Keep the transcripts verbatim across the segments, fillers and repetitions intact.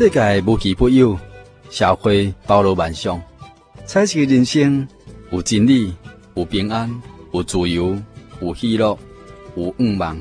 世界无奇不有，社会包罗万象。彩色人生有真理，有平安，有自由，有喜乐，有愿望。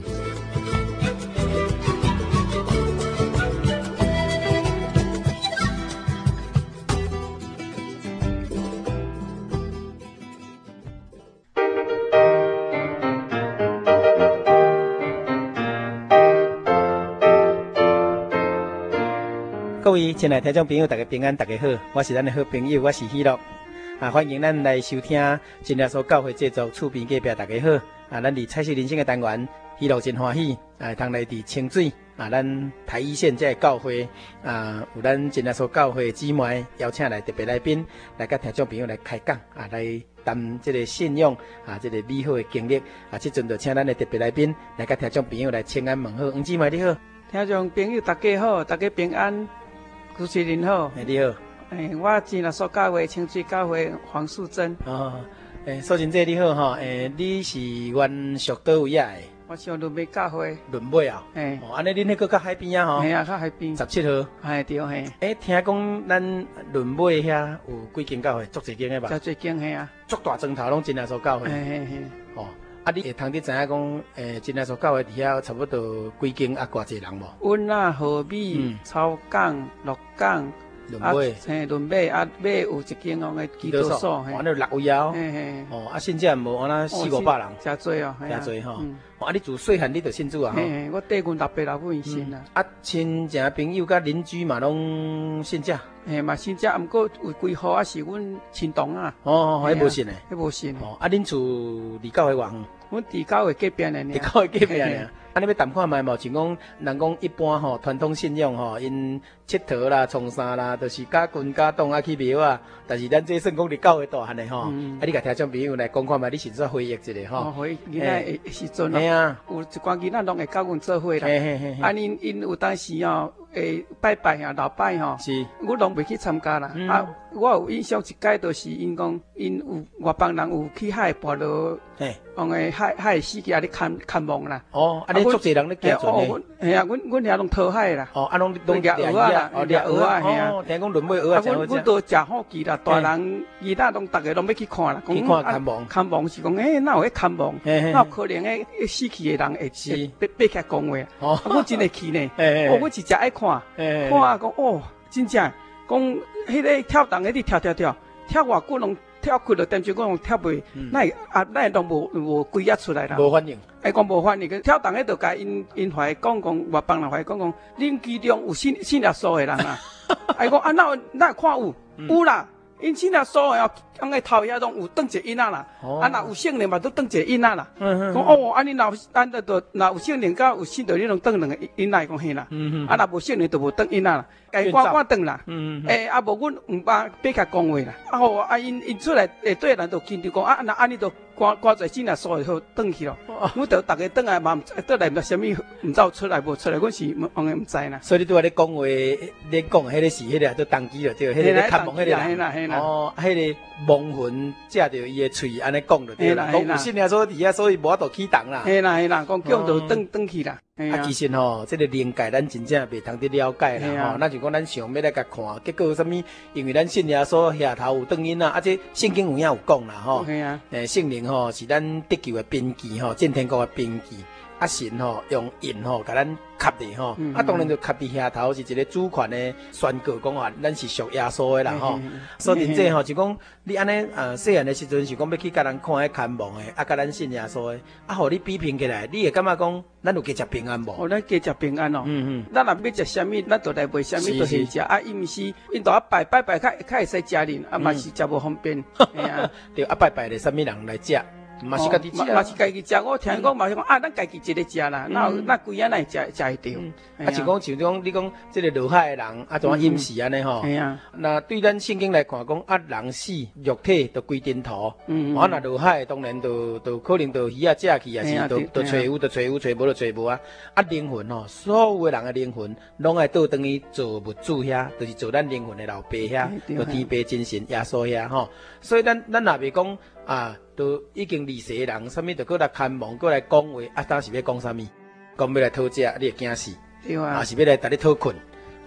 各位亲爱的听众朋友，大家平安，大家好，我是咱的好朋友，我是喜乐啊，欢迎咱来收听真耶稣教会制作厝边隔壁，大家好啊，咱伫彩色人生的单元，喜乐真欢喜啊，通来伫清水啊，咱台一线这个教会啊，有咱真耶稣教会姊妹邀请来特别来宾来甲听众朋友来开讲啊，来谈这个信仰啊，这个美好的经历啊，这阵就请咱的特别来宾来甲听众朋友来请安问好，黄姊妹你好， 听众朋友大家好，大家平安。主持人好， 你好， 诶，我真耶稣教会清水教会黄素贞。 哦，诶，素贞姐你好哈，诶，你是原属倒位啊？ 我是伦尾教会。 伦尾啊？ 诶， 哦，安尼恁迄个较海边啊吼？ 系啊，较海边。 十七号。 系对嘿。 诶，听讲咱伦尾遐有几间教会，足侪间诶吧？ 足侪间嘿啊。 足大砖头拢真耶稣教会。 嘿嘿嘿。 哦。啊，你会通知知影讲，诶，真耶稣教会伫遐差不多几间啊，偌济人无？ 阮啊，河米、草港、鹿港。 伦尾， 嘿，伦尾啊，尾有一间哦，个基督所， 嘿，安尼六位啊， 嘿嘿， 哦，啊，信者无安那四五百人， 真多哦， 真多吼。啊，你自细汉你就信主啊？ 嘿，我缀阮六爸六母信啊。 啊，亲戚朋友甲邻居嘛拢信者， 嘿嘛信者，毋过有几户啊是阮亲同啊。 哦，迄无信诶， 迄无信。 哦，啊，恁厝离教会偌远？ 阮伫教会隔壁呢。 伫教会隔壁呢。啊，你要谈看卖无？像讲人讲一般吼，传统信仰吼，因佚佗啦、创啥啦，都是加军加党啊去庙啊。但是咱这算讲伫教会大汉的吼，啊，你甲听众朋友来讲看卖，你是做回忆一下吼。 回忆囡仔的时阵咯，啊， 有一寡囡仔拢会甲阮做伙啦。啊，因因有当时吼，诶拜拜啊，老拜吼， 是， 我拢袂去参加啦。啊，我有印象一届，就是因讲因有外邦人有去海跋落，嘿，往个海海死去啊，咧看看望啦。 哦，啊，你足侪人咧行船咧。 系啊，阮阮遐拢讨海啦。 哦，啊，拢拢掠蚵仔啦， 哦，掠蚵仔， 系啊。 听讲轮尾蚵仔真好食。 啊，阮阮都食好奇啦，大人囡仔拢逐个拢要去看啦。 去看看望， 看望是讲，诶，哪有迄看望？哪有可能诶死去诶人会是爬爬起来讲话？哦，我真会去呢。哦，我是真爱看，看讲哦，真正讲迄个跳档迄啲跳跳跳，跳偌久拢跳开了，但是讲跳袂，那啊那拢无无规约出来啦。 无反应。哎， 讲无反应，个跳档迄度甲因因怀讲讲，外邦人怀讲讲，恁其中有信信耶稣诶人啊？哎，讲啊，那那看有有啦。因现在所有讲个头遐拢有当一个囡仔啦，啊，若有圣灵嘛都当一个囡仔啦。讲哦，安尼若安得都若有圣灵，甲有信道，你拢当两个囡仔，讲嘿啦。啊，若无圣灵，就无当囡仔啦。哎，我我当啦。诶，啊无阮毋捌爬甲讲话啦。啊好，啊因因出来诶，对人就紧张讲啊，那安尼就赶赶在真啊，所以好转去咯。阮就逐个转来嘛，倒来毋知虾米，毋知出来无出来，阮是往个毋知啦。 所以你拄仔咧讲话，咧讲迄个是迄个，都当机了，对，迄个咧看望迄个啦。哦，迄个亡魂借着伊的喙安尼讲就对啦，讲有信耶稣伫遐，所以无法度启动啦。 嘿啦嘿啦，讲叫就转转去啦。 啊，其实吼，这个灵界咱真正袂通得了解啦，吼，那就讲咱想要来甲看，结果有啥物？因为咱信耶稣下头有转因啊，啊，这圣经有影有讲啦，吼，诶，圣灵吼是咱得救的边记吼，进天国的边记。啊神吼用印吼，甲咱刻的吼，啊当然就刻伫下头是一个主权的宣告，讲话咱是属耶稣的啦吼。所以这吼就讲你安尼呃细汉的时阵是讲要去甲人看迄看望的，啊甲咱信耶稣的，啊互你比拼起来，你会感觉讲咱有加食平安无？ 哦，咱加食平安哦。嗯嗯。咱若要食啥物，咱就来买啥物就先食。啊，伊毋是因都啊拜拜拜，较较会使食人，啊嘛是食无方便。 嘿啊，对啊拜拜咧，啥物人来食？嘛是家己食， 嘛是家己食。我听讲嘛是讲啊，咱家己一个食啦，那那规啊来食食会着。 啊，就讲像讲你讲这个落海的人啊，怎啊饮食安尼吼？系啊。那对咱圣经来看，讲啊人死肉体都归尘土。嗯。啊，那落海当然都都可能都鱼啊食去，也是都都找有，都找有，找无就找无啊。啊灵魂吼，所有的人的灵魂，拢爱倒转去做物主遐，就是做咱灵魂的老爸遐，做天父真神耶稣遐吼。所以咱咱若袂讲啊。都已经离世的人，啥物就过来看望，过来讲话，啊，当时要讲啥物，讲要来讨食，你会惊死，对啊，啊是要来带你讨困，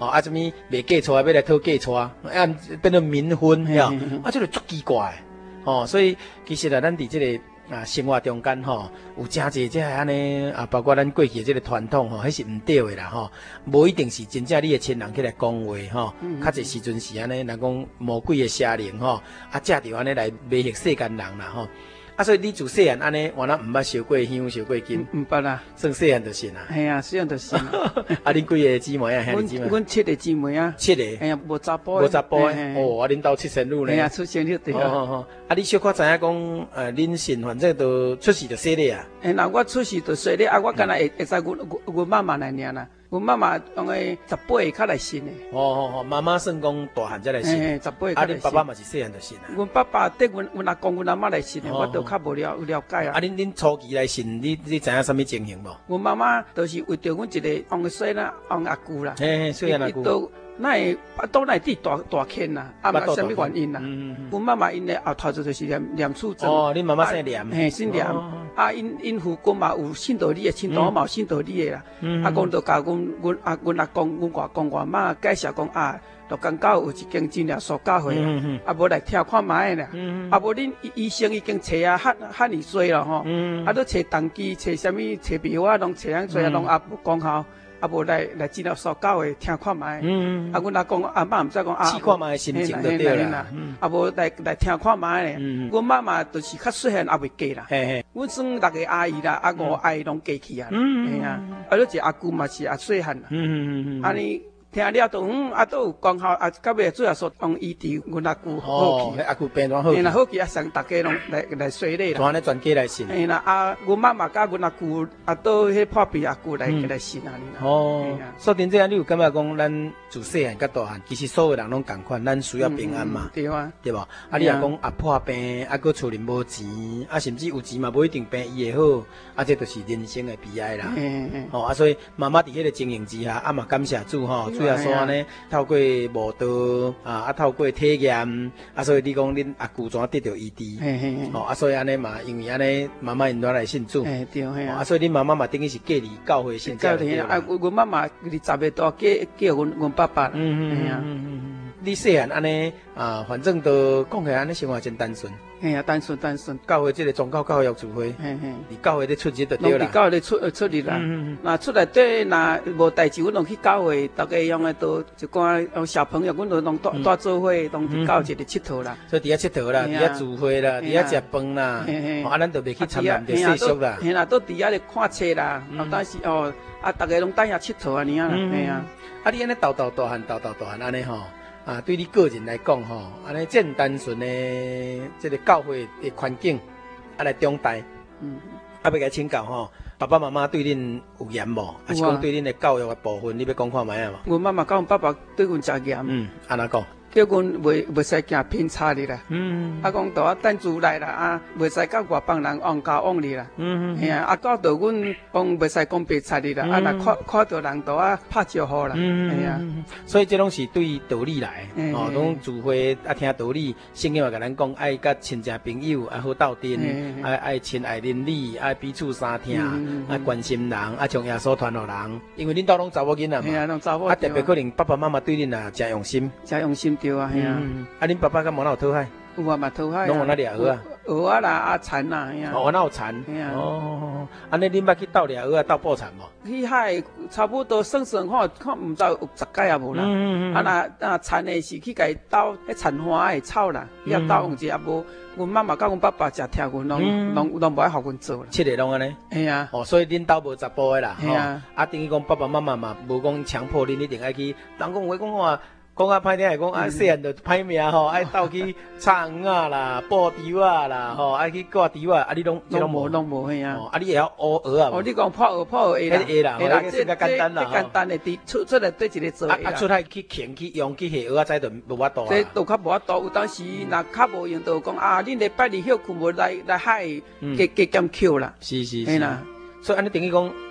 哦啊，什么卖嫁娶要来讨嫁娶，啊变成冥婚，呀，啊，这个足奇怪，哦，所以其实啊，咱伫这个啊生活中间吼，有真侪这安尼啊，包括咱过去的这个传统吼，迄是毋对的啦吼，无一定是真正你的亲人起来讲话吼，较侪时阵是安尼，人讲魔鬼的邪灵吼，啊，借着安尼来迷惑世间人啦吼。啊，所以你自细汉安尼，原来毋捌烧过香、烧过金， 毋捌啦， 算细汉就信啦。 系啊，细汉就信。 啊，恁几个姊妹啊，兄弟姊妹？ 阮七个姊妹啊， 七个。 哎呀，无查甫， 无查甫诶。哦，啊，恁兜出生女呢？ 哎呀，出生女对啊。 哦哦啊，你小可知影讲，呃，恁姓反正都出世就细咧啊。 哎，那我出世就细咧，啊，我敢若会会知阮阮阮妈妈来尔啦。阮妈妈用诶十八个较来信诶。 哦哦哦，妈妈算讲大汉才来信。 哎，十八个。 啊，恁爸爸嘛是细汉就信啊。 阮爸爸对阮阮阿公、阮阿妈来信诶，我都较无了了解啊。 啊，恁恁初期来信，你你知影什么情形无？ 阮妈妈就是为着阮一个翁细啦，翁阿姑啦。 嘿嘿，细汉阿姑。 那会巴肚内底大大欠啦，啊，嘛什么原因啦？阮妈妈因诶后头就是念念书症。 哦，恁妈妈姓念。 嘿，姓念。啊，因因父公嘛有信道理诶，亲同嘛有信道理诶啦。啊，讲就甲阮阮阿阮阿公、阮外公外妈介绍讲啊，就刚到有一间诊疗所教会啦，啊，无来听看卖啦。啊，无恁医生已经找啊，赫赫尼多咯吼。啊，都找动机，找什么找药啊，拢找样做啊，拢也无功效。啊，无来来治疗所教的听看卖，啊，阮阿公阿妈毋知讲啊， 试看卖心情就对啦。 啊，无来来听看卖咧。阮妈妈就是较细汉也未嫁啦。阮算六个阿姨啦，啊五阿姨拢嫁去啊。嘿啊，啊，迄一阿姑嘛是也细汉啦。安尼听了都嗯，啊都有功效，啊到尾最后说用医治阮阿姑好去。 阿姑病状好去。 嘿啦，好去啊，上大家拢来来说咧啦。 全咧全家来信。 嘿啦，啊，阮妈妈甲阮阿姑啊，倒迄破病阿姑来来信安尼啦。 哦，说真正你有感觉讲，咱自细汉甲大汉，其实所有人拢共款，咱需要平安嘛。 对啊， 对无？啊，你若讲啊破病，啊，搁厝里无钱，啊，甚至有钱嘛，无一定病医会好，啊，这就是人生的悲哀啦。哦，啊，所以妈妈伫迄个情形之下，啊嘛感谢主吼，主要说安尼。透过慕道啊，啊透过体验啊，所以你讲恁阿舅怎得到医治？哦啊，所以安尼嘛，因为安尼妈妈因来来信主， 哎对嘿啊，所以恁妈妈嘛等于是隔离教会信教的。啊，阮妈妈二十个多嫁嫁阮阮爸爸啦。嗯嗯嗯嗯。 你细汉安尼啊，反正都讲起来安尼生活真单纯。 嘿啊，单纯单纯。 教会这个宗教教育聚会，嘿嘿，伫教会咧出日就对啦。 伫教会咧出出日啦。那出来底那无代志，阮拢去教会，大家用诶都一寡小朋友，阮都拢带带做伙，拢伫教一个佚佗啦。 所以伫遐佚佗啦，伫遐聚会啦，伫遐食饭啦，啊，咱都袂去参与着世俗啦。 嘿啦，都伫遐咧看册啦，啊，但是哦，啊，大家拢等遐佚佗安尼啊，嘿啊。啊， 你安尼斗斗大汉，斗斗大汉安尼吼。啊，对你个人来讲吼，安尼真单纯的这个教会的环境，啊来中待，嗯，啊要甲请教吼，爸爸妈妈对恁有严无？还是讲对恁的教育的部分，你要讲看卖啊无？ 阮妈妈甲阮爸爸对阮真严， 嗯，安怎讲？ 叫阮袂袂使行偏差哩啦，嗯，啊讲到啊等住来啦，啊袂使甲外邦人往交往哩啦，嗯嗯，嘿啊，啊到到阮讲袂使讲白菜哩啦，啊若看看到人都啊拍招呼啦，嘿啊， 所以这拢是对道理来，哦，拢聚会啊听道理，圣经嘛甲咱讲爱甲亲戚朋友啊好斗阵，爱爱亲爱邻里，爱彼此相听，爱关心人，啊将耶稣传互人，因为恁兜拢查某囡仔嘛， 嘿啊，拢查某， 啊特别可能爸爸妈妈对恁啊真用心， 真用心。对啊，系啊， 啊，恁爸爸敢无哪有讨海？ 有啊嘛讨海， 拢有哪掠蚵啊？ 蚵啊啦，啊蚕啦，系啊。 哦，哪有蚕？ 系啊。 哦，安尼恁捌去斗掠蚵啊，斗捕蚕无？ 去海差不多算算看，看毋知有十届也无啦。嗯嗯啊那那蚕的是去甲伊斗迄蚕花的草啦，要斗用者也无。阮妈妈甲阮爸爸真听阮，拢拢拢无爱互阮做啦。 七个拢安尼。 系啊。 哦，所以恁兜无查甫的啦。 系啊。 啊，等于讲爸爸妈妈嘛，无讲强迫恁一定爱去。人讲话讲话。讲啊歹听来讲，啊细汉就歹命吼，爱斗去插鱼啊啦、捕猪啊啦，吼，爱去挂猪啊，啊你拢拢无拢无嘿啊， 啊你会晓学蚵啊？ 哦，你讲破蚵破蚵会啦， 会啦， 这个简单啦， 简单的，伫出出来对一个做啊啊出海去鉗去用去下蚵啊，这就无法度啊。 这都较无法度，有当时若较无用，就讲啊，恁礼拜二休困无来来海加加减扣啦。 是是是啦，所以安尼等于讲。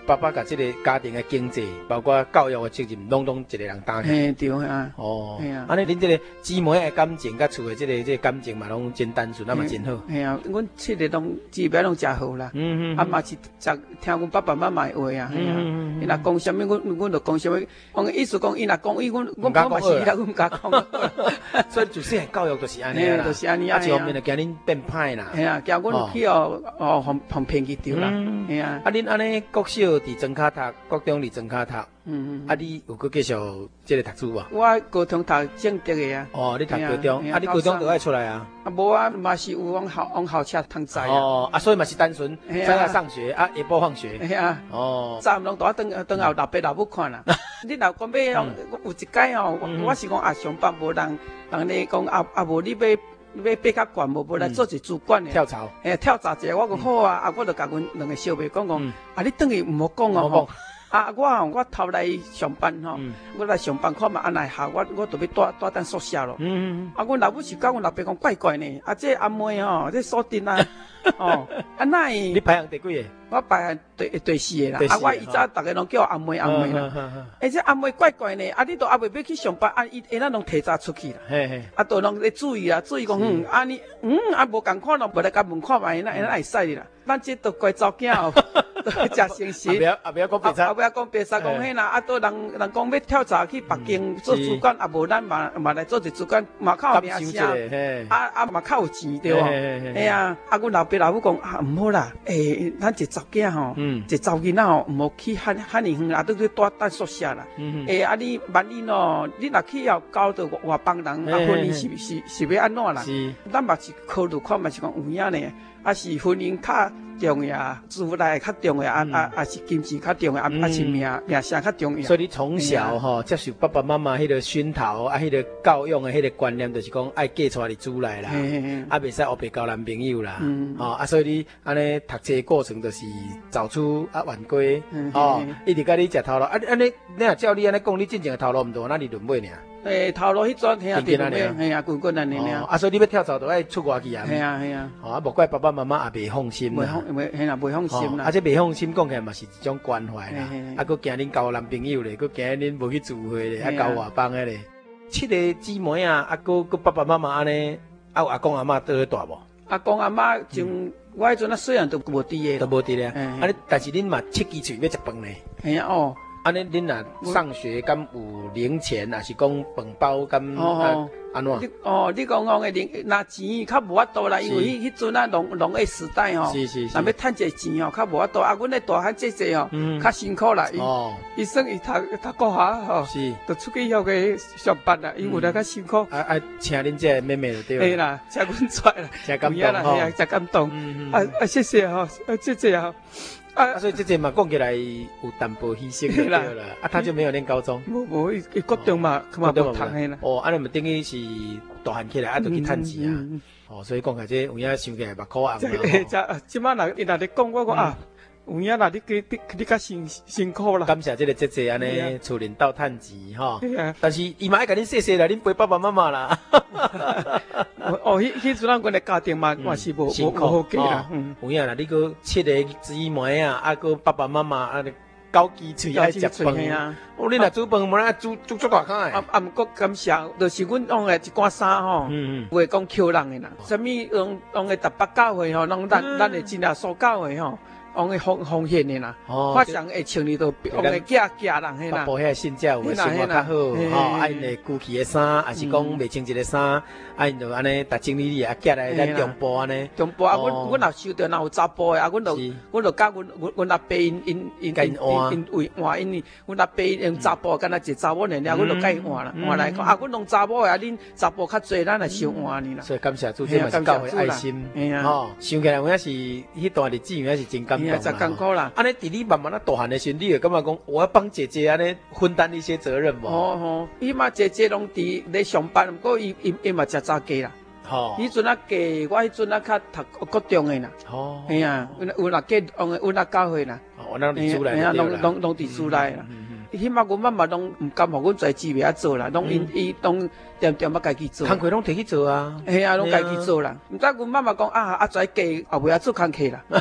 爸爸甲这个家庭的经济，包括教育的责任，拢拢一个人担起。 嘿，对啊。 哦， 嘿啊。 安尼恁这个姊妹的感情，甲厝的这个这个感情嘛，拢真单纯，啊嘛真好。 嘿啊，阮七个拢姊妹拢真好啦。嗯嗯。啊嘛是食听阮爸爸妈妈的话啊。嗯嗯嗯。伊若讲什么，阮阮就讲什么。讲意思讲，伊若讲伊，阮阮我嘛是伊啦，阮唔敢讲。 所以就细汉教育就是安尼啦。就是安尼啊。啊，一方面就惊恁变歹啦。嘿啊， 惊阮去哦哦，互互骗去着啦。嗯。嘿啊。啊， 恁安尼国小伫庄卡读，国中伫庄卡读。嗯嗯。啊，你有搁继续即个读书无？ 我高中读正德的啊。 哦，你读高中，啊，你高中就爱出来啊？ 啊，无啊，嘛是有往校往校车通载啊。 哦，啊，所以嘛是单纯早下上学啊，下晡放学。 嘿啊。哦。早毋拢大等等后老爸老母看啦。你若讲要有一摆吼，我是讲啊上班无人，人咧讲啊啊无你要要爬较悬，无无来做一主管的。 跳槽。 诶，跳槽者我讲好啊，啊我就甲阮两个小妹讲讲，啊你等于毋好讲哦吼。啊，我吼，我头来上班吼，我来上班看嘛，安来下我我就要住住等宿舍咯。嗯啊，阮老母是讲，阮老爸讲怪怪呢，啊，这阿妹吼，这锁定啊，哦，啊那你排行第几个？ 我排行第第四个啦。啊，我以前大家拢叫阿妹阿妹啦。而且阿妹怪怪呢，啊，你都阿未要去上班，啊，伊伊那拢提早出去啦。嘿嘿。啊，都拢咧注意啊，注意讲，嗯，啊你，嗯，啊无共款咯，无来甲门看卖，那那会使哩啦。咱这都怪早囝哦。食诚实， 也不要讲别啥， 也不要讲别啥，讲迄啦，啊，都人人讲要跳槽去北京做主管，啊，无咱嘛嘛来做一主管，嘛较有名声，啊啊嘛较有钱对哦，哎呀，啊，阮老爸老母讲啊，唔好啦，诶，咱一查囝吼，一查囡仔吼，唔好去汉汉尼远啦，都去住住宿舍啦，诶，啊，你万一喏，你若去要交到外邦人，啊，婚姻是是是要安怎啦？咱嘛是考虑看嘛是讲有影呢。啊是婚姻较重要，自来较重要，啊啊啊是金钱较重要，啊啊是命命声较重要。 所以你从小吼接受爸爸妈妈迄个熏陶，啊，迄个教养的迄个观念，就是讲爱嫁出嚟厝内啦，啊，袂使后边交男朋友啦，吼啊，所以你安尼读册过程就是早出啊晚归，吼，一直甲你食头路，啊安尼你若照你安尼讲，你真正的头路毋多，那你轮尾尔。 诶，头路迄阵嘿啊，对对对，嘿啊，滚滚安尼尔。 啊，所以你要跳槽，就爱出外去啊。 系啊系啊。 哦，啊，无怪爸爸妈妈也袂放心啦。袂放，袂嘿啦，袂放心啦。 而且袂放心，讲起来嘛是一种关怀啦。啊，佮惊恁交男朋友咧，佮惊恁无去聚会咧，啊，交外邦诶咧。七个姊妹啊，啊，佮佮爸爸妈妈安尼，啊，有阿公阿嬷倒咧住无？ 阿公阿嬷从我迄阵啊，虽然都无伫诶， 都无伫咧。啊，你但是恁嘛七支嘴要食饭咧。 嘿啊哦。 安尼恁若上学敢有零钱，还是讲饭包敢啊？安怎？ 哦，你讲讲的零，那钱较无法度啦，因为迄迄阵啊农农业时代吼， 是是是， 若要趁这钱吼，较无法度。啊，阮咧大汉姐姐吼，较辛苦啦。哦，伊算伊读读国下吼，是，就出去要去上班啦，因为来较辛苦。 啊啊，请恁这妹妹就对了。 对啦，请阮出来啦， 真感动吼， 真感动。啊啊，谢谢吼，啊姐姐吼。 啊，所以这这嘛讲起来有淡薄牺牲就对了。啊，他就没有念高中。 无无，伊伊高中嘛，嘛无读嘿啦。 哦，安尼嘛等于是大汉起来，啊，就去趁钱啊。哦，所以讲起这有影想起来目眶红了。这即摆若伊若咧讲，我讲啊，有影啦，你你你较辛辛苦啦。 感谢这个姐姐安尼出人道趁钱哈。但是伊嘛爱甲恁谢谢啦，恁陪爸爸妈妈啦。 哦，迄迄阵咱阮的家庭嘛，嘛是无无好过啦。 有影啦，你个七个姊妹啊，啊个爸爸妈妈啊，高鸡喙爱食饭啊。哦，你若煮饭，无咱煮煮足大块。 啊啊，毋过感谢，就是阮用的一寡衫吼，袂讲扣人的啦。啥物用用的十八教会吼，拢咱咱的真啊所教会吼。往个奉奉献的啦，发上会穿哩都往个嫁嫁人嘿啦， 包遐信教有生活较好，吼，啊因个古奇的衫，还是讲未穿一个衫，啊因就安尼，逐整理理啊，寄来咱中部安尼。 中部啊，阮阮若收到若有查甫的啊，阮就阮就甲阮阮阮阿伯因因因因因为换因，阮阿伯用查甫干那一查某人了，阮就甲伊换啦，换来讲啊，阮用查某的啊，恁查甫较济，咱来收换哩啦。 所以感谢主，这嘛是教会爱心，吼，想起来有影是迄段日子，有影是真感。 也真艰苦啦！ 安尼，伫你慢慢啊大汉的时，你会感觉讲，我要帮姐姐安尼分担一些责任无？ 哦哦，伊嘛姐姐拢伫咧上班，不过伊伊伊嘛食早鸡啦。吼，迄阵啊鸡，我迄阵啊较读国中的啦。哦，系啊，有有若鸡，用有若教会啦。 哦，咱伫厝内啦，拢拢拢伫厝内啦。起码阮妈妈拢唔甘互阮在姊妹啊做啦，拢因伊拢点点啊家己做。 工课拢摕去做啊。 系啊，拢家己做啦。毋知阮妈妈讲啊，啊跩鸡后尾啊做工课啦。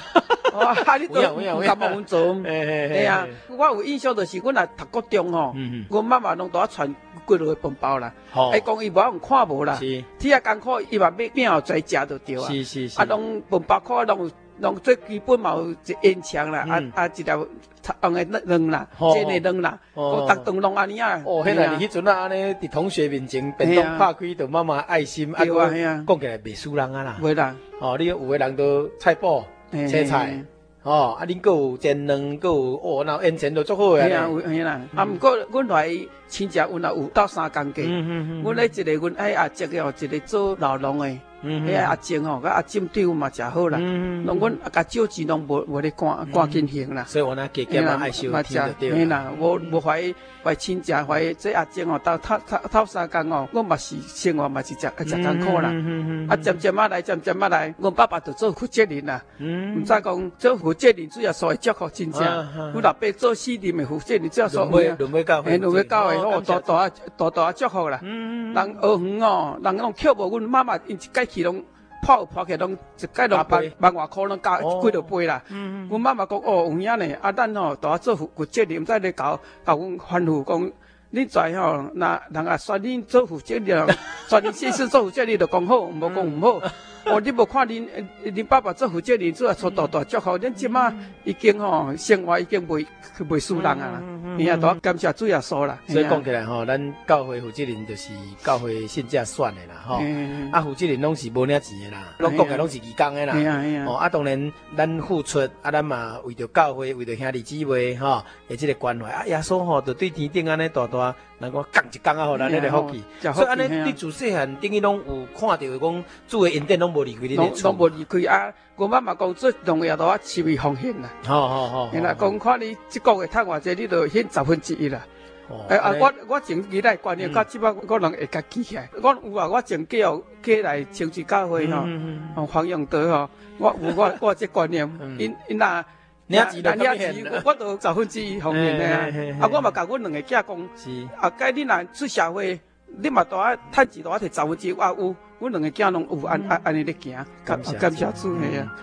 啊，你都唔敢往做。哎呀，我有印象就是，阮若读高中吼，阮妈妈拢都传几落个饭包啦。哎，讲伊无用看无啦，天啊艰苦，伊嘛买饼后跩食就对啊。 是是是。 啊，拢饭包块拢拢最基本嘛有一烟肠啦，啊啊一条用个卵啦，煎个卵啦，我逐顿拢安尼啊。 哦，迄个你迄阵啊，安尼伫同学面前便当拍开，就妈妈爱心，啊个讲起来袂输人啊啦。 袂啦， 哦，你有个人都菜脯、青菜。哦，啊，恁阁有煎卵，阁有哦，然后烟肠都足好诶。 嘿啊，有嘿啦。啊，毋过阮来亲戚阮也有斗相共过。嗯嗯嗯。阮咧一个阮迄阿叔哦，一个做老农诶。嗯。迄阿静吼，甲阿静对阮嘛诚好啦。嗯嗯。拢阮甲少钱拢无无咧赶赶紧行啦。 所以我那加减嘛爱收听就对啦。 嘿啦，我无怀怀亲戚怀这阿静哦，斗斗斗斗相共哦，我嘛是生活嘛是食食艰苦啦。嗯嗯。啊，渐渐仔来，渐渐仔来，阮爸爸就做负责人啦。嗯。毋知讲做负责人主要所祝福真正，阮老爸做四年的负责人主要所谓啊， 轮尾教会， 轮尾教会哦，大大大大祝福啦。嗯嗯。人学园哦，人拢扣无阮妈妈因一届去拢。泡泡起拢一届拢万万外箍拢加几落杯啦。嗯嗯。阮妈妈讲哦，有影呢，啊，咱吼大做负责任，毋知咧搞搞阮吩咐讲，恁在吼，那人啊选恁做负责任，选恁先生做负责任就讲好，无讲毋好。哦，你无看恁恁爸爸做负责人，主要做大大祝福，恁即马已经吼生活已经袂袂输人啊啦，伊啊都感谢主耶稣啦。 所以讲起来吼，咱教会负责人就是教会信者选的啦，吼。啊，负责人拢是无领钱的啦，拢讲起来拢是义工的啦。哦，啊，当然咱付出，啊，咱嘛为着教会，为着兄弟姊妹，吼，的即个关怀，啊，耶稣吼就对天顶安尼大大，人讲降一降啊，互咱迄个福气。所以安尼，你自细汉等于拢有看到讲主的恩典拢。拢拢无离开啊！我妈妈讲最重要都啊，是为奉献啦。 好好好。 因啦，讲看你即个月趁偌济，你就献十分之一啦。哦。诶啊！我我前几代观念，到即摆我人会家记起来。我有啊，我前几号过来青水教会吼，哦，黄永德吼，我有我我这观念，因因那领钱都领钱，我都十分之一奉献的啊。啊，我嘛甲阮两个囝讲，是啊，该你若出社会，你嘛都啊趁钱都啊摕十分之一，我有。阮两个囝拢有安安安尼咧行，感感谢主嘿啊！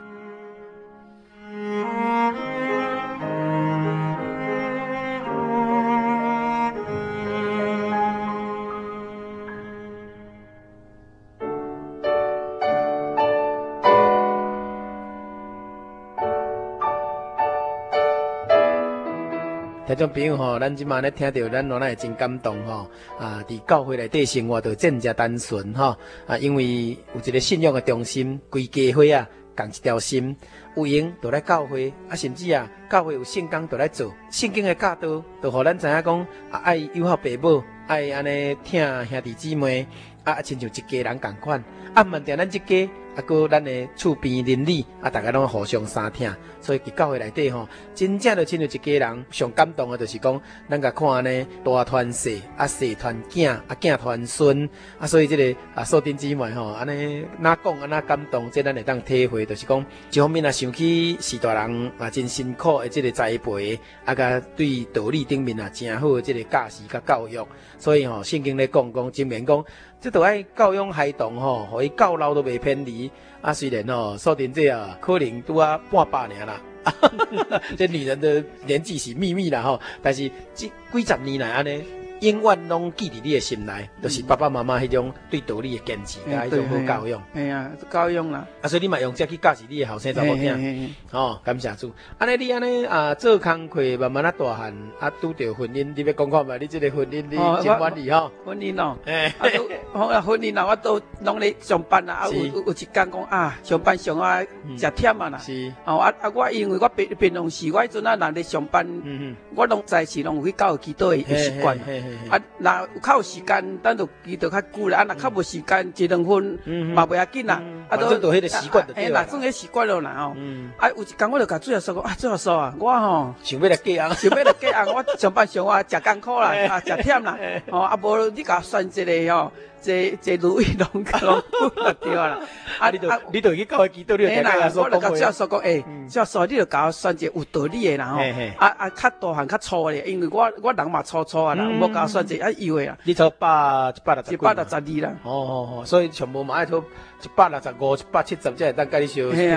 听众朋友吼，咱即马咧听到咱原来真感动吼，啊，伫教会内底生活就真正单纯吼，啊，因为有一个信仰的中心，规家伙啊，共一条心，有闲就来教会，啊，甚至啊，教会有圣工就来做，圣经的教导，就互咱知影讲，啊，爱友好父母，爱安尼听兄弟姊妹，啊，亲像一家人共款，啊，毋定咱即家。啊，搁咱的厝边邻里，啊，大家拢互相相听，所以伫教会内底吼，真正就亲像一家人。上感动的，就是讲，咱甲看呢，大团细，啊细团囝，啊囝团孙，啊，所以即、這个啊，嫂弟姊妹吼，安尼哪讲安那感动，即咱会当体会，就是讲，一方面啊，想起是大人啊，真辛苦的即个栽培，啊，甲对道理顶面啊，真好的即个教示甲教育，所以吼，圣经咧讲讲，真免讲。这都爱教养孩童吼，互伊到老都袂偏离。啊，虽然吼，说定这啊，可能拄啊半百年啦。这女人的年纪是秘密啦吼，但是这几十年来安尼，永远拢记伫你的心内，都、就是爸爸妈妈迄种对道理的坚持，甲迄种好教养。 哎呀，教养啦。 啊，所以你嘛用这去教示你的后生查某囝。哦，感谢主。安尼你安尼啊，做工课慢慢啊大汉，啊拄着婚姻，你要讲看嘛？你这个婚姻你真满意吼？ 婚姻哦，哎，好啊，婚姻啊，我都拢咧上班啦，啊有有有一天讲啊，上班上啊，食忝啊啦。是。哦啊啊，我因为我平平常时我迄阵啊，若咧上班，我拢在时拢有去教会祈祷的习惯。啊，若有较有时间，咱就祈祷较久啦。啊，若较无时间，一两分嘛袂要紧啦。 啊，都都迄个习惯就对啦。 哎，总迄习惯了啦吼。啊，有一天我就甲主耶稣讲啊，主耶稣啊，我吼想要来嫁人， 想要来嫁人，我上班上啊，食艰苦啦，啊，食忝啦。哦，啊，无你甲选一个吼。这这如意龙龙就对啦， 啊，你就你就去教会祈祷，你就甲耶稣讲话。 我就甲主耶稣讲，诶，主耶稣，你就甲我选一个有道理的啦吼，啊啊，较大汉较粗的，因为我我人嘛粗粗啊啦，无甲我选一个啊幼的啦。 你抽百一百六十， 一百六十二啦。 哦哦哦，所以全部嘛爱抽一百六十五、一百七十，才会当甲你烧一杯。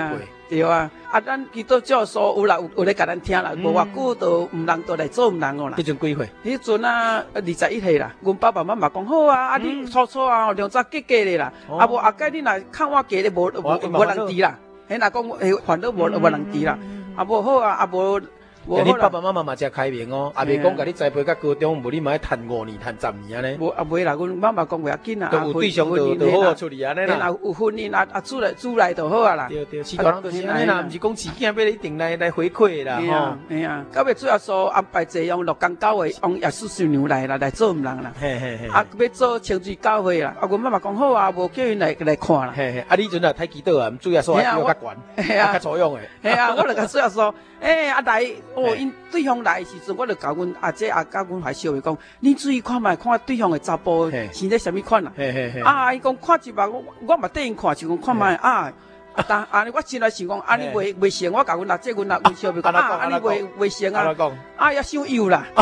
对啊，啊，咱基督教所有啦，有有咧甲咱听啦，无偌久都毋人都来做毋人哦啦。 迄阵几岁？ 迄阵啊，二十一岁啦。阮爸爸妈妈讲好啊，啊你初初啊，两早结嫁咧啦，啊无后盖你若看我嫁咧无无无人治啦，迄若讲诶烦恼无无人治啦，啊无好啊，啊无。 你爸爸妈妈嘛真开明哦，也袂讲甲你栽培到高中，无你嘛要趁五年、趁十年安尼。 无啊袂啦，阮妈妈讲袂要紧啊， 都有对象就就好处理安尼啦。 有婚姻啊啊，煮来煮来就好啊啦。 对对，饲大人就是安尼啦，毋是讲饲囝要一定来来回馈啦吼。 哎啊，到尾主要说安排这样六公教会用耶稣新娘来啦，来做毋人啦。 嘿嘿嘿。 啊，要做清水教会啦，啊，阮妈妈讲好啊，无叫因来来看啦。 嘿嘿，啊，你阵啊太祈祷啊，主要说还比较悬， 嘿啊， 较作用诶。 嘿啊，我就甲主要说，诶，啊来，哦，因对方来时阵，我就甲阮阿姐啊，甲阮怀小妹讲，你注意看觅，看对方诶查甫生得什么款啦。啊，伊讲看一目，我我嘛缀因看，就讲看觅啊。啊，但安尼我真来想讲，安尼袂袂成，我甲阮阿姐、阮阿阮小妹讲，啊，安尼袂袂成啊，啊，也伤幼啦。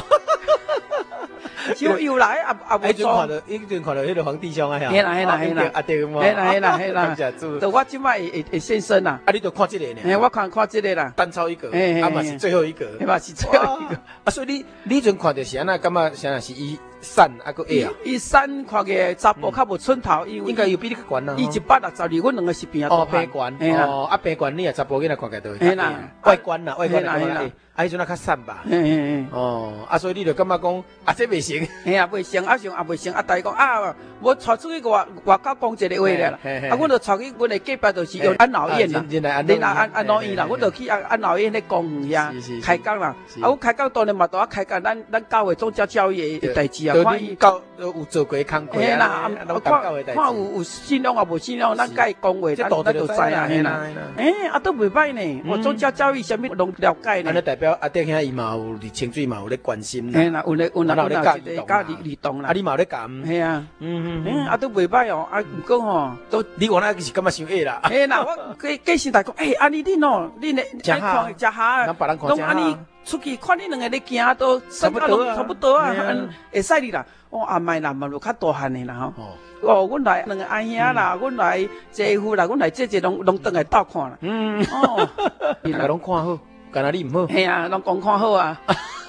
伤幼啦，啊啊无做。迄阵看到，迄阵看到迄个皇帝像啊， 吓。嘿啦嘿啦嘿啦， 啊对嘛。 嘿啦嘿啦嘿啦。就我即摆会会会现身啦。 啊，你就看这个呢？ 嘿，我看看这个啦。 单超一个，啊嘛是最后一个。 嘿嘛是最后一个。 啊，所以你你阵看到是安那感觉，啥是伊瘦啊个矮啊？ 伊瘦看起来查甫较无寸头，伊应该有比你较悬啦。 伊一百六十二，阮两个是边啊？ 哦，平悬。哦，啊平悬，你也查甫囡仔看起来都会。 嘿啦， 外观啦，外观啦，啊，迄阵啊较瘦吧。 嘿嘿嘿。 哦，啊，所以你就感觉讲，啊，这袂成。 嘿啊，袂成，啊上也袂成，啊，大家讲啊，我带出去外外口讲一个话咧啦。啊，阮就带去阮的隔壁就是用安老院啦，恁安安安老院啦，阮就去安安老院咧讲遐开讲啦。啊，我开讲当然嘛，都啊开讲咱咱教会宗教教育的代志啊， 看伊教有做过工课啊， 看看有有信仰啊，无信仰，咱甲伊讲话，咱咱就知啊，嘿啦。诶，啊都袂歹呢，我宗教教育什么拢了解呢。 安尼代表阿弟兄伊嘛有伫清水嘛有咧关心啦。 嘿啦，有咧有啦有啦，一个教理动啦。 啊，你嘛有咧教？ 嘿啊，嗯嗯，啊都袂歹哦，啊毋过吼，都你原来是感觉伤矮啦。 嘿啦，我计计先大讲，诶，安尼恁哦，恁咧食下食下， 咱别人看食下。 出去看你两个咧行都差不多啊，差不多啊，会使你啦。哦，阿妹啦，嘛就较大汉的啦吼。哦，阮来两个阿兄啦，阮来姐夫啦，阮来姐姐拢拢倒来斗看啦。嗯，哦， 大家拢看好，干那你唔好。 嘿啊，拢讲看好啊。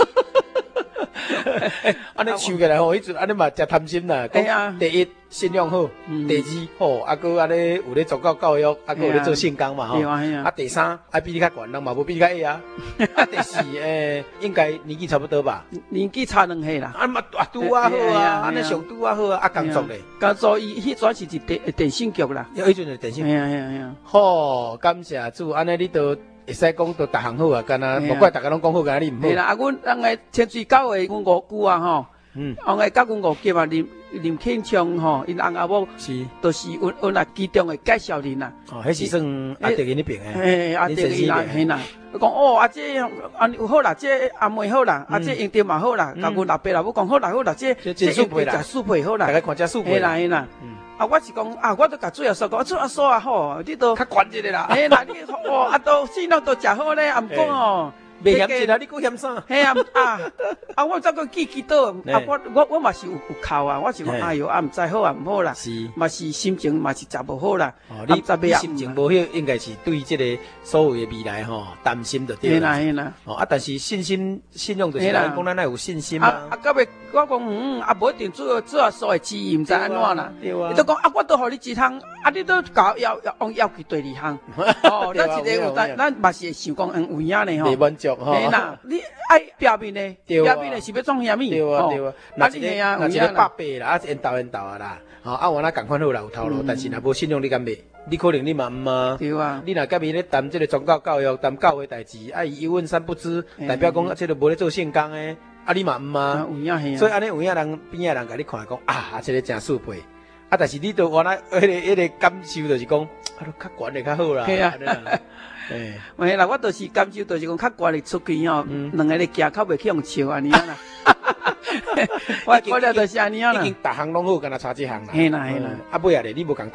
安尼想起来吼，迄阵安尼嘛真贪心啦。讲第一信仰好，第二好，啊个安尼有咧宗教教育，啊个有咧做圣工嘛吼。啊第三爱比你较悬，人嘛无比你较矮啊。啊第四诶，应该年纪差不多吧？ 年纪差两岁啦。 啊嘛啊拄啊好啊，安尼上拄啊好啊。啊工作咧， 工作伊迄阵是电电信局啦。 迄阵是电信局。 系啊系啊系啊。 好，感谢主，安尼你都。会使讲都逐项好啊，干那无怪大家拢讲好，干那你唔好。 是啦，啊，阮人个清水教会阮五姑啊吼，嗯，人个甲阮五舅啊，林林庆昌吼，因翁阿某是，都是阮阮啊其中的介绍人啦。 哦，迄是算阿弟因那边诶。 嘿，阿弟因啦，嘿啦。佢讲哦，阿姐安有好啦，这阿妹好啦，阿姐用着嘛好啦，甲阮老爸老母讲好啦好啦，这这素配啦， 素配好啦， 大家看这素配。 嘿啦嘿啦。啊，我是讲啊，我都甲主要说讲，主要说啊吼，你都较悬一个啦。 嘿啦，你哦啊都尽量都食好咧，啊毋讲哦。 袂嫌钱啊！你讲嫌啥？ 嘿啊啊啊！我再个记记到啊，我我我嘛是有有哭啊，我是讲哎哟啊，毋知好啊，毋好啦，是嘛是心情嘛是真无好啦。 哦，你你心情无好，应该是对这个所有的未来吼担心着对啦。嘿啦， 哦啊，但是信心信用就是咱讲咱要有信心啊。啊，到尾我讲嗯啊，无一定主主要所的旨意，毋知安怎啦。对啊。伊都讲啊，我都互你一项，啊，你都搞要要往要去第二项。哦，咱一个有咱咱嘛是会想讲嗯有影呢吼。嘿啦，你爱表面呢？表面呢是要做虾米？ 对啊对啊，那一个那一个八百啦，啊缘投缘投啊啦，吼啊原来共款好啦有头路，但是若无信用你敢袂？你可能你嘛毋啊？ 对啊， 你若甲伊咧谈这个宗教教育，谈教会代志，啊伊一问三不知，代表讲这个无咧做圣工诶，啊你嘛毋啊？ 有影嘿。 所以安尼有影人边仔人甲你看讲啊，这个真素配。啊，但是你都原来迄个迄个感受就是讲，啊，都较悬的较好啦。 係啊，誒，喂啦，我就是感受就是講較懸的出去吼，兩個咧行較袂去用笑安尼啊啦。我我了就是安尼啊啦。 已經逐項攏好，干那差一項啦。 係啦係啦。 啊，尾仔咧，你無共答應。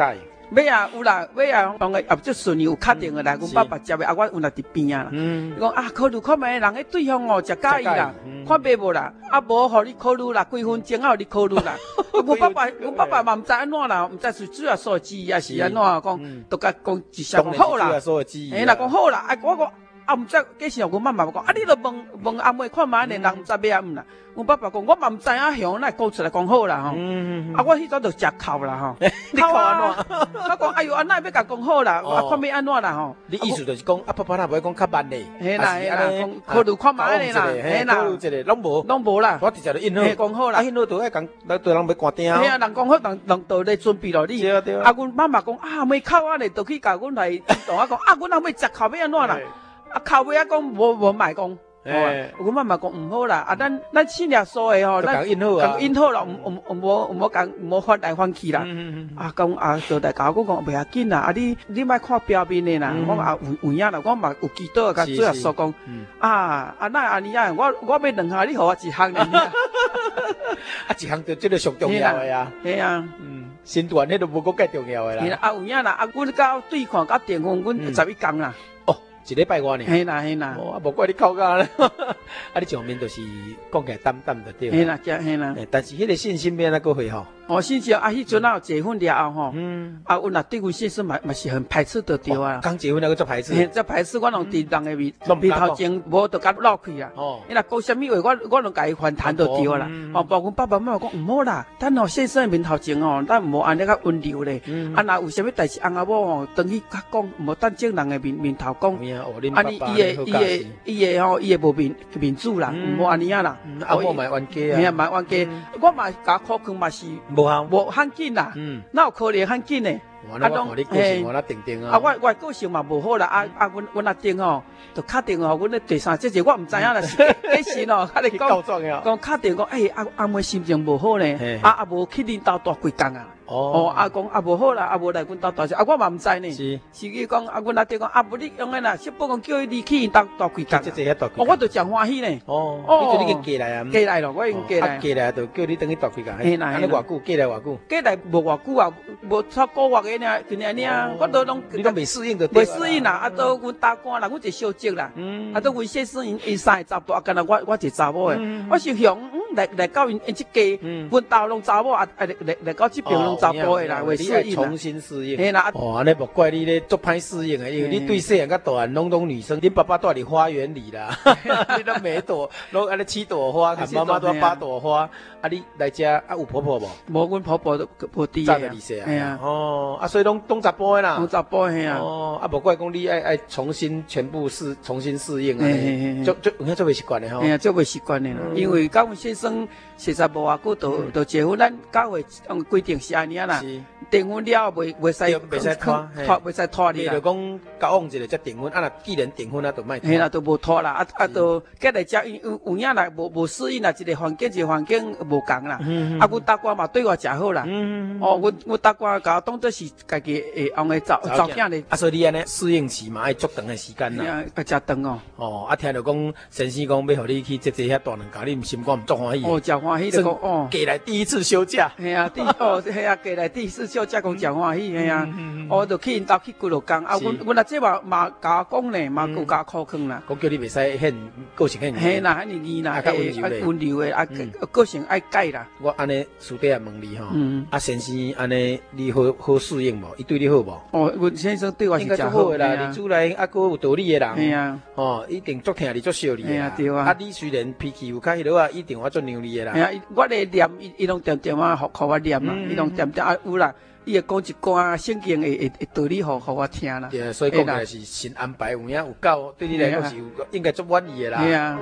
尾啊有啦，尾啊当个也足顺利有确定个啦，阮爸爸接的啊，我有来伫边啊啦。嗯，伊讲啊，考虑看卖人个对象哦，食介意啦，看卖无啦，啊无互你考虑啦，几分钟啊，互你考虑啦。阮爸爸，阮爸爸嘛毋知安怎啦，毋知是主要所记还是安怎讲，都甲讲一声讲好啦。哎啦，讲好啦，啊我讲。啊，毋知计是阮妈妈讲，啊，你著问问阿妹看卖，人毋知要安毋啦？阮爸爸讲，我嘛毋知影向来讲出来讲好啦吼。啊，我迄阵著食哭啦吼。 你哭安怎？ 我讲，哎哟，安那要甲讲好啦，啊，看要安怎啦吼。 你意思就是讲，啊，爸爸若袂讲较慢嘞。 嘿啦嘿啦，讲考虑看卖咧啦， 嘿啦，考虑一下，拢无， 拢无啦。 我直接就应好， 讲好啦。 啊，应好著爱讲，咱对人要关定。 嘿啊，人讲好，人人都咧准备咯你。 对啊对啊。 啊，阮妈妈讲，啊，妹哭啊咧，就去甲阮来同我讲，啊，阮阿妹食哭要安怎啦？啊，口尾啊讲无无卖讲，哎，阮妈妈讲毋好啦，啊，咱咱新娘所的吼， 咱讲应好啊， 讲应好啦，毋毋毋无毋好讲毋好翻来翻去啦，啊，讲啊，就大家讲讲袂要紧啦，啊，你你莫看表面的啦，我啊有有影啦，我嘛有记到甲主要说讲，啊，啊那安尼啊，我我要两项，你互我一项呢？ 啊，一项就即个上重要的啊， 系啊， 嗯，身段迄都无讲介重要的啦， 啊有影啦，啊，阮到对看到订婚，阮十一工啦。 一礼拜外呢？ 嘿啦嘿啦， 哦，啊，无怪你哭噶咧，啊，你上面就是讲起来淡淡的对。 嘿啦，嘿啦。 但是迄个信心变那个会吼。 哦，信心啊，迄阵啊结婚了后吼，嗯，啊，阮啊对阮先生嘛嘛是很排斥的对啊。 刚结婚那个做排斥。 嘿，做排斥，我拢伫人个面面头前无就甲落去啊。哦。伊若讲啥物话，我我拢甲伊反弹就对啦。哦，包括爸爸妈妈讲毋好啦，等哦先生的面头前哦，咱毋好安尼较温柔咧。啊，若有啥物代志，翁仔某吼，等去甲讲，毋好等正人的面面头讲。安尼伊个伊个伊个吼，伊个无面面子啦，毋好安尼啊啦。 啊，我嘛冤家啊。 嘿啊，嘛冤家。我嘛甲考劝嘛是。 无效， 无很紧啦，哪有可能很紧呢？ 啊，拢你个性我那定定啊。啊， 我我个性嘛无好啦，啊啊，阮阮阿定吼，就确定吼，阮咧第三这是我毋知影啦，是假是咯，甲你讲，讲确定讲，哎，阿阿妹心情无好呢，啊啊无去恁兜大几工啊。哦，啊讲啊无好啦，啊无来阮兜大啊，我嘛毋知呢。是，是伊讲啊，阮阿定讲啊，无你用个啦，小宝讲叫伊离去因兜大几工。哦，我就真欢喜呢。哦， 哦，你就已经嫁来啊？ 嫁来咯，我已经嫁来。 嫁来就叫你等于大几工。嘿啦，安尼偌久？嫁来偌久？ 嫁来无偌久啊，无超个月个尔，就安尼啊，我都拢。 你都未适应的。 未适应啦，啊都阮大官啦，阮一小姐啦，啊都阮先生因因三个查甫，啊，干那我我一查某诶，我是想嗯来来到因因即家，阮兜拢查某啊，啊来来来到即边拢查甫诶啦。 你要重新适应，哦，安尼莫怪你咧做歹适应诶，因为你对细汉甲大汉拢拢女生，恁爸爸住伫花园里啦，你都每朵拢安尼七朵花，妈妈都八朵花，啊你来遮啊有婆婆无？ 无，阮婆婆都无伫早就离世啊，系啊，哦，啊所以拢拢查甫诶啦， 拢查甫诶啊， 哦，啊莫怪讲你爱爱重新全部适重新适应啊，就就有影做袂习惯诶吼， 系啊，做袂习惯诶啦，因为甲阮先生实在无偌久，就就结婚，咱教会用规定是安尼啊啦。订婚了袂袂使袂使拖， 拖袂使拖你啦。你就讲交往一个才订婚，啊若既然订婚啊，就莫拖。 嘿啦，就无拖啦，啊啊，就过来遮有有影啦，无无适应啦，一个环境一个环境无共啦。啊，阮大官嘛对我诚好啦。哦，阮阮大官甲我当作是家己诶用诶照照囝咧。 啊，所以你安尼适应期嘛，爱足长诶时间啦。 啊，诚长哦。 哦，啊，听着讲先生讲要互你去接这遐大两家，你心肝毋足欢喜。 哦，诚欢喜就讲哦。 过来第一次休假。 系啊，第哦，系啊，过来第一次休假讲。诚欢喜嘿啊！我就去因兜去几落工啊！阮阮啊，这嘛嘛甲我讲咧，嘛有甲考劝啦。 讲叫你袂使现个性现。 嘿啦，安尼尼啦，诶，温柔诶，啊，个性爱改啦。 我安尼私底下问你吼，啊，先生安尼你好好适应无？伊对你好无？ 哦，阮先生对我是真好诶啦，你厝内啊个有道理诶人。 嘿啊， 哦，一定足听你足笑你诶。 嘿啊，对啊。 啊，你虽然脾气有较迄落啊，一定我足让你诶啦。 嘿啊，我咧念伊伊拢点点啊，互互我念啦，伊拢点点啊有啦。伊会讲一寡圣经的的道理，互互我听啦。 对，所以讲起来是神安排有影有够，对你来讲是应该足满意的啦。 对啊。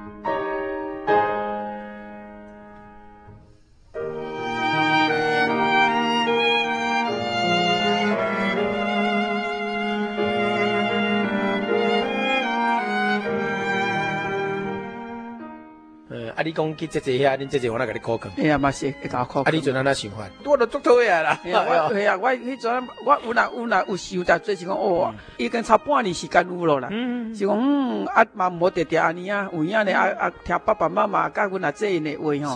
啊！你讲去姐姐遐，恁姐姐我来甲你考劝。 哎呀，嘛是会甲我考劝。 啊！你阵安那想法？我都足讨厌啦。 系啊，我系啊，我迄阵我有哪有哪有想着做是讲哦，已经差半年时间有咯啦。嗯。是讲嗯啊嘛无直直安尼啊，有影咧啊啊听爸爸妈妈甲阮阿姐因的话吼。是。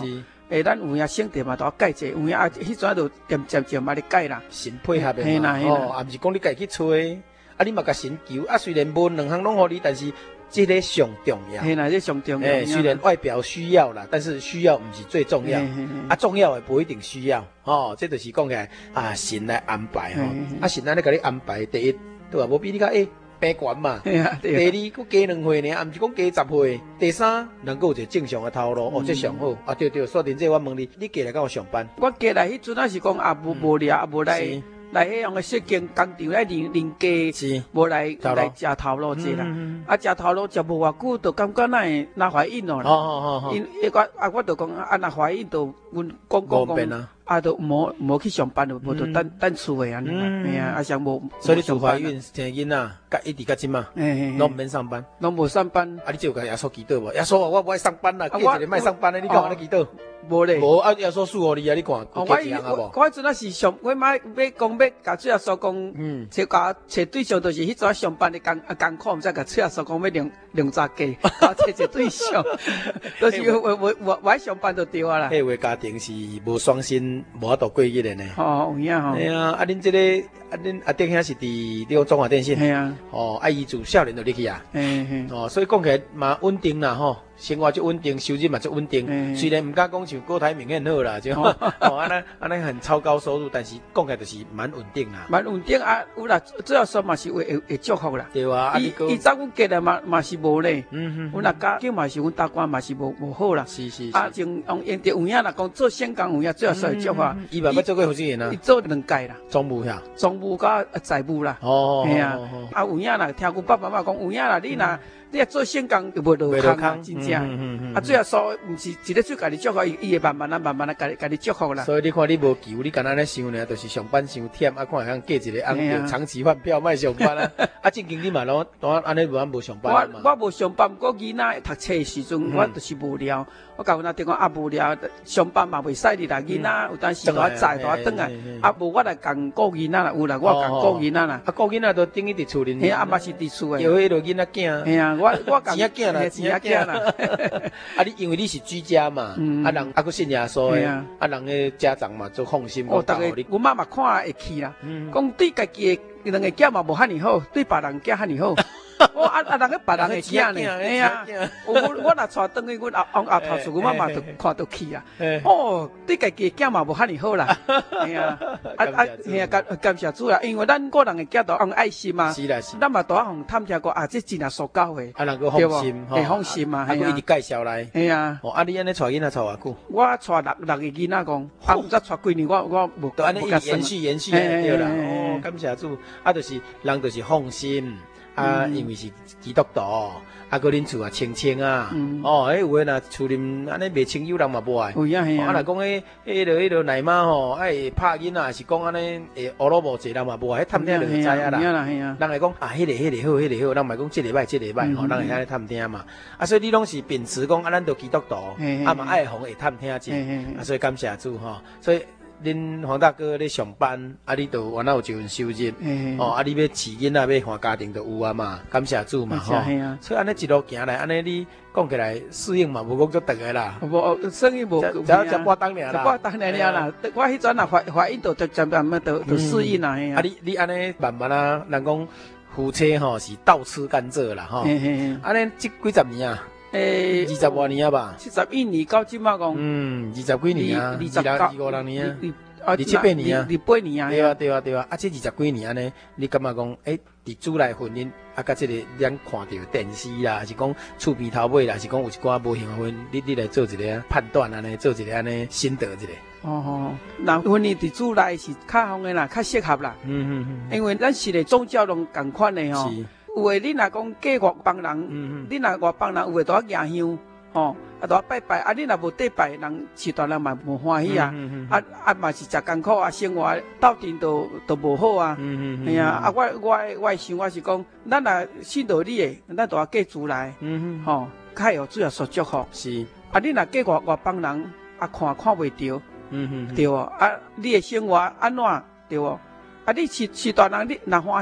诶，咱有影性地嘛，都要改者，有影啊，迄阵就渐渐渐嘛咧改啦， 神配合的嘛，哦，啊，毋是讲你家己去吹，啊，你嘛甲神求，啊，虽然无两项拢互你，但是这个上重要。 嘿啦，这上重要。 诶，虽然外表需要啦，但是需要毋是最重要，啊，重要的不一定需要，哦，这就是讲起来啊，神来安排吼，啊，神安尼甲你安排，第一，对吧？无比你较诶。病悬嘛，第二，佫加两岁呢，啊，毋是讲加十岁。第三，能够有一个正常的头路，哦，这上好。啊，对对，说定这我问你，你过来甲我上班？ 我过来迄阵啊是讲啊，无无聊，啊无来来迄样个设计工厂来练练家，无来来食头路者啦。啊，食头路食无偌久，就感觉那会那怀孕咯啦。哦哦哦。因因我啊，我就讲啊，那怀孕就阮讲讲讲。啊，都无无去上班，就无就等等厝诶安尼嘛，哎呀，啊想无， 所以你自怀孕生囡仔，甲一直甲即嘛，拢毋免上班， 拢无上班。 啊，你只有甲耶稣祈祷无？耶稣啊，我不爱上班啦，叫一个莫上班咧，你讲安尼祈祷？ 无咧， 无啊，耶稣赐互你啊，你看， 我一我我阵啊是上，我买要讲要甲主耶稣讲，嗯，找甲找对象，就是迄阵上班的工啊工课，毋则甲主耶稣讲要两两杂价，啊找一个对象，就是我我我我上班就对啊啦。 迄位家庭是无双薪。无法度过日的呢。 哦，有影吼。 哎呀，啊，恁这个啊，恁阿弟兄是伫这个中华电信。 系啊。哦， 啊，伊自少年就入去啊。 嘿嘿。 哦，所以讲起来嘛稳定啦吼，生活就稳定，收入嘛就稳定。虽然唔敢讲像郭台铭很好啦，就哦，安尼安尼很超高收入，但是讲起来就是蛮稳定啦。 蛮稳定啊，有啦，主要说嘛是为会会祝福啦。 对啊。 伊伊早阮过来嘛嘛是无咧。嗯哼。阮阿家境嘛是阮大官嘛是无无好啦。 是是。 啊，从用因着有影啦，讲做县工有影，主要说会祝福。 伊嘛要做过候选人啊？ 伊做两届啦， 总务遐， 总务甲财务啦。哦，系啊，啊有影啦，听阮爸爸妈妈讲有影啦，你若你若做县工又无落空啊，真正。啊，主要说毋是一日做家己祝福，伊伊会慢慢啊慢慢啊家己家己祝福啦。 所以你看你无求，你干那咧想呢，就是上班伤忝，啊，看向嫁一个翁，长期换票卖上班啊。啊，正经你嘛拢当安尼无安无上班嘛。我我无上班，我囡仔读册时阵，我就是无聊。我甲阮阿弟讲啊无聊，上班嘛袂使哩啦，囡仔有当时都载都转来，啊无我来共顾囡仔啦，有啦，我共顾囡仔啦， 啊顾囡仔都等于伫厝里。 嘿，啊嘛是伫厝诶。 有迄落囡仔囝。 嘿啊，我我共钱仔囝啦， 钱仔囝啦。 啊，你因为你是居家嘛，啊人啊佫信耶稣诶，啊人诶家长嘛就放心。 哦，逐个阮妈嘛看会起啦，讲对家己诶两个囝嘛无遐尼好，对别人囝遐尼好。我啊啊，人个别人个囝呢？哎呀，我我若带转去阮阿翁阿头厝，阮妈妈就看到起啊。哦，对家己囝嘛无遐尼好啦。哎呀，啊啊，嘿啊，感感谢主啦，因为咱个人个囝都用爱心嘛。 是啦是。 咱嘛都啊互探听过啊，这真啊塑胶的。 啊，人个放心， 会放心嘛。 啊，佮伊介绍来。 哎呀。 哦，啊，你安尼带囡仔带偌久？ 我带六六个囡仔讲，啊，毋知带几年，我我无。 都安尼延续延续对啦。哦，感谢主，啊，就是人就是放心。啊，因为是基督徒，啊，佮恁厝啊清清啊，哦，迄有诶若厝里安尼袂清幽人嘛无爱。 有影嘿啊。 啊，若讲迄迄落迄落奶妈吼，爱拍囡仔，是讲安尼会乌鲁无济人嘛无爱，迄探听就知啊啦。人会讲啊，迄个迄个好，迄个好，人咪讲即个歹，即个歹吼，人会安尼探听嘛。啊，所以你拢是秉持讲啊，咱都基督徒，啊嘛爱红会探听者，啊，所以感谢主吼，所以。恁黄大哥咧上班，啊，你都原来有一份收入，哦，啊，你要饲囡仔，要换家庭都有啊嘛，感谢主嘛，吼。所以安尼一路行来，安尼你讲起来适应嘛，无讲足长个啦。 无生意无， 只只只半当尔啦。 只半当尔尔啦。我迄阵啊怀怀孕，都逐渐慢慢都都适应啦。 啊，你你安尼慢慢啊，人讲夫妻吼是倒吃甘蔗啦，吼。安尼即几十年啊。诶，二十多年啊吧， 七十一年到即马讲， 嗯，二十几年啊，二十二五六年啊，二七八年啊， 二八年啊， 对啊对啊对啊，啊，这二十几年安尼，你感觉讲，诶，伫主内婚姻，啊，甲这个咱看到电视啦，还是讲厝边头尾啦，还是讲有一寡无幸婚，你你来做一个判断安尼，做一个安尼心得一个。 哦哦，那婚姻伫主内是较好个啦，较适合啦。嗯嗯嗯，因为咱是个宗教拢共款的吼。有诶，你若讲嫁外邦人，你若外邦人有诶，都要行香，吼，啊，都要拜拜。啊，你若无礼拜，人其他人嘛无欢喜啊。啊啊，嘛是真艰苦啊，生活斗阵都都无好啊。哎呀，啊，我我我想我是讲，咱若信道理诶，咱都要嫁主来，吼，较会主要所祝福。 是。 啊，你若嫁外外邦人，啊，看看袂着，对哦。啊，你诶生活安怎对哦？啊，你是是大人，你若欢喜。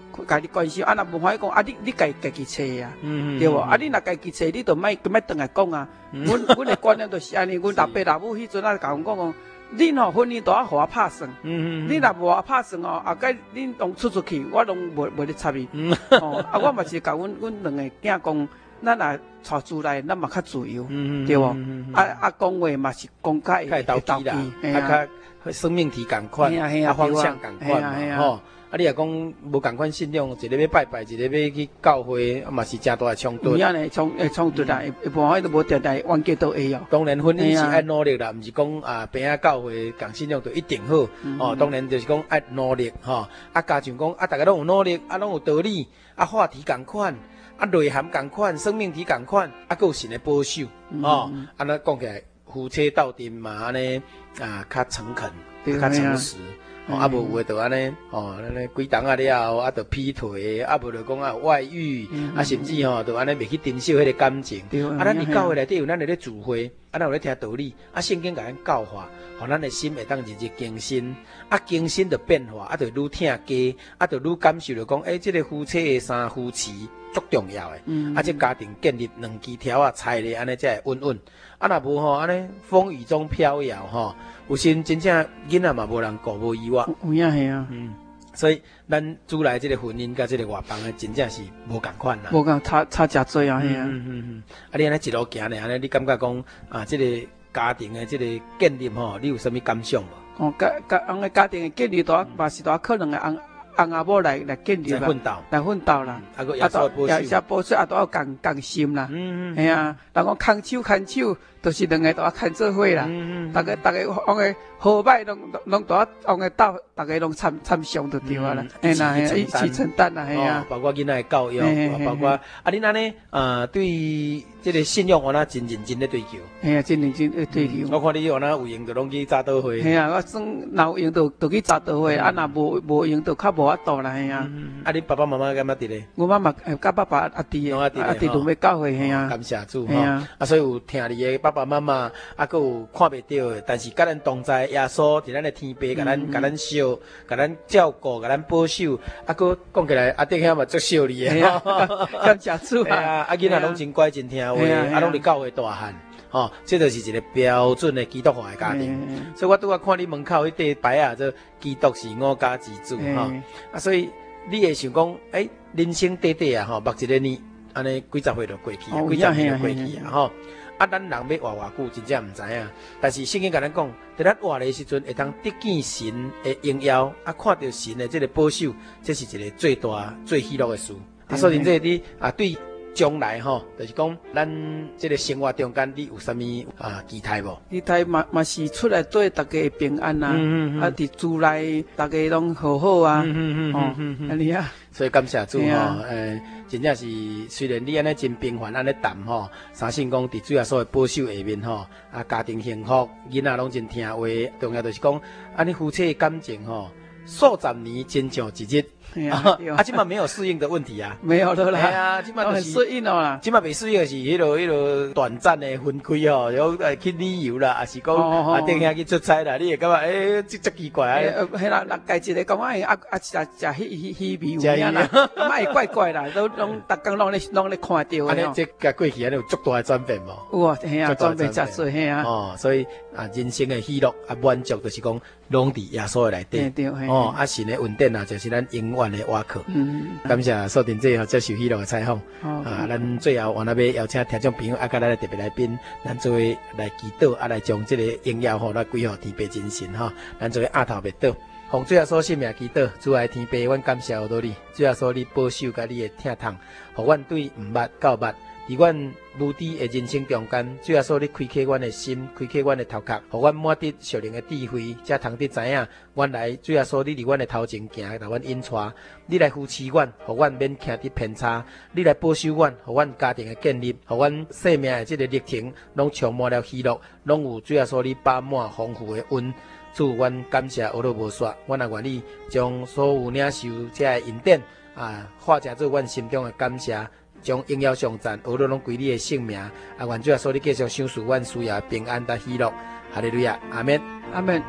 家己关心，啊，若无法讲，啊，你你家家己找啊， 嗯对无？啊，你若家己找，你就莫莫倒来讲啊。阮阮的观念就是安尼，阮老爸老母迄阵啊，甲阮讲讲，恁吼婚姻都要互我拍算，你若无我拍算哦，后盖恁拢出出去，我拢袂袂咧插伊。哦，啊，我嘛是甲阮阮两个囝讲，咱若带厝内，咱嘛较自由，对无？啊啊，讲话嘛是讲较会投机啦，啊较生命体共款，啊方向共款嘛，吼。啊，你若讲无共款信仰，一个要拜拜，一个要去教会，啊嘛是真大的冲突。 有影呢，冲诶冲突啦，一般迄都无定定冤家都会哦。 当然婚姻是爱努力啦，毋是讲啊边仔教会共信仰就一定好。哦，当然就是讲爱努力吼。啊，加上讲啊，大家拢有努力，啊拢有道理，啊话题共款，啊内涵共款，生命体共款，啊佫有神的保守。哦，安尼讲起来，夫妻斗阵嘛安尼啊较诚恳，较诚实。哦，啊无有诶，就安尼，哦，安尼几档啊了，啊，就劈腿，啊无就讲啊外遇，啊甚至吼，就安尼袂去珍惜迄个感情。啊，咱伫教会内底有咱咧聚会，啊，咱有咧听道理，啊，圣经甲咱教化，互咱的心会当日日更新，啊，更新着变化，啊，就愈听加，啊，就愈感受着讲，诶，即个夫妻的三夫妻足重要诶，啊，即家庭建立两枝条啊，菜咧安尼才会稳稳。啊，若无吼，安尼风雨中飘摇吼。有时真正囡仔嘛无人顾无依我， 有影系啊， 嗯，所以咱厝内即个婚姻甲即个外邦诶，真正是无共款啦， 无共差差真多啊，系啊， 嗯嗯嗯，啊你安尼一路行咧，安尼你感觉讲啊，即个家庭诶，即个建立吼，你有啥物感想无？ 哦，家家翁诶家庭诶建立多，嘛是多可能诶翁翁阿某来来建立啦，来奋斗， 来奋斗啦， 啊个也说保守， 也保守啊，都要共共心啦，嗯嗯，系啊，人讲牵手牵手。都是两个都要牵做伙啦，大家大家往个好歹拢拢都要往个斗，大家拢参参详就对啊啦，哎啦，一起承担啦，系啊， 包括囡仔的教育，包括啊，恁安尼啊，对这个信仰我那真认真咧追求， 系啊，真认真咧追求。 我看你我那有闲就拢去早祷会， 系啊，我算若有闲就就去早祷会，啊，若无无闲就较无法度啦，系啊。 啊，恁爸爸妈妈干嘛伫咧？ 我妈妈甲爸爸阿弟阿弟都要教会，系啊。 感谢主哈，啊，所以有听你的爸爸妈妈。啊，佫有看袂到的，但是甲咱同在耶稣伫咱的天父，甲咱甲咱烧，甲咱照顾，甲咱保守，啊，佫讲起来，阿弟兄嘛足孝你的， 感谢主啊！ 啊，囡仔拢真乖真听话，啊，拢伫教会大汉，吼，这就是一个标准的基督化的家庭。所以我拄仔看你门口迄块牌啊，做基督是我家之主，吼，啊，所以你会想讲，诶，人生短短啊，吼，目一个年，安尼几十岁就过去啊，几十年就过去啊，吼。啊，咱人要活偌久，真正毋知影。但是圣经甲咱讲，在咱活的时阵，会当得见神的荣耀，啊，看到神的这个保守，这是一个最大、最喜乐的事。啊，所以这你啊，对将来吼，就是讲咱这个生活中间，你有啥物啊期待无？ 期待嘛嘛是出来对大家平安啊，啊，伫厝内大家拢好好啊，哦，安尼啊。 所以感谢主吼，诶，真正是虽然你安尼真平凡安尼谈吼，相信讲伫主耶稣的保守下面吼，啊家庭幸福，囡仔拢真听话，重要就是讲安尼夫妻的感情吼，数十年亲像一日。啊，啊，即嘛没有适应的问题啊， 没有了啦。 哎呀，即嘛就是适应了啦。 即嘛未适应是迄落迄落短暂的分开吼，然后呃去旅游啦，还是讲啊顶下去出差啦，你会感觉诶，这真奇怪啊。 嘿啦，人家一个讲啊，啊啊食食迄迄迄味有影啦，嘛会怪怪啦，都拢逐工拢咧拢咧看到。 安尼这甲过去安尼有足大的转变无？ 哇，嘿啊，转变真多嘿啊。 哦，所以啊，人生的喜乐啊满足，就是讲拢伫耶稣的内底。 对对。 哦，啊神的恩典啊，就是咱永远的瓦壳。嗯，感谢锁定这接受喜乐的采访。啊，咱最后我那边邀请听众朋友啊，甲咱的特别来宾，咱作为来祈祷啊，来将这个荣耀吼来归予天父真神哈。咱作为阿头别祷，奉主耶稣圣名祈祷，主爱天父，阮感谢有到你，主耶稣你保守甲你的疼痛，互阮对毋捌到捌。伫阮无知的人生中间，主耶稣你开启阮的心，开启阮的头壳，互阮满得属灵的智慧，才通得知影，原来主耶稣你伫阮的头前行，来阮引带，你来扶持阮，互阮免行得偏差，你来保守阮，互阮家庭的建立，互阮生命的这个历程，拢充满了喜乐，拢有主耶稣你饱满丰富的恩。主，阮感谢俄罗无煞，阮也愿意将所有领受这个恩典啊，化成做阮心中的感谢。将荣耀上赞，俄罗拢归你的性命，啊，愿主耶稣你继续赏赐阮需要平安甲喜乐，哈利路亚，阿门， 阿门。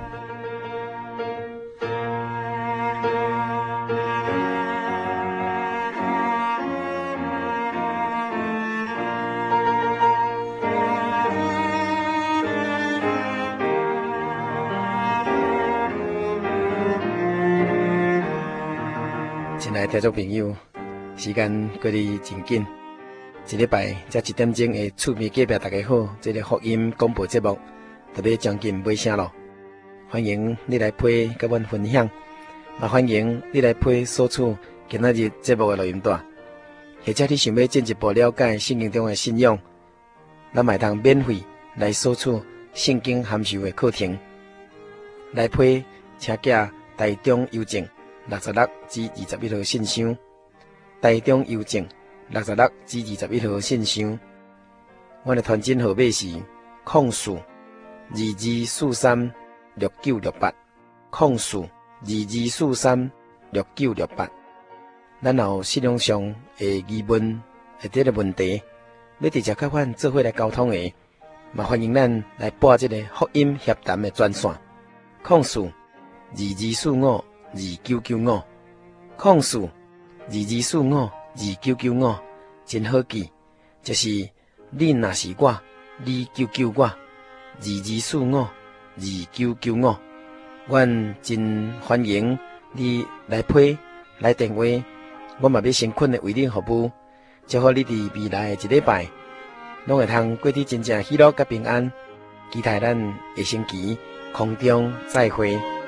聽眾朋友，時間過得真緊，一禮拜才一點鐘的厝邊隔壁大家好，這個福音廣播節目特別將近尾聲咯。歡迎你來陪甲阮分享，也歡迎你來陪索取今仔日節目的錄音帶，或者你想要進一步了解聖經中的信仰，咱嘛會通免費來索取聖經函授的課程。來陪請寄台中郵政六十六至二十一號信箱，台中郵政六十六至二十一號信箱。我的傳真號碼是零四二二四三六九六八，零四二二四三六九六八。咱有信仰上的疑問或者個問題，要直接甲阮做伙來溝通的，嘛歡迎咱來撥這個福音協談的專線，零四二二四五二九九五，零四二二四五二九九五，真好記，就是你若是我，你救救我，二二四五二九九五，阮真歡迎你來配來電話，我嘛要誠懇的為你服務，祝福你佇未來的一禮拜，攏會通過得真正喜樂甲平安，期待咱下星期空中再會。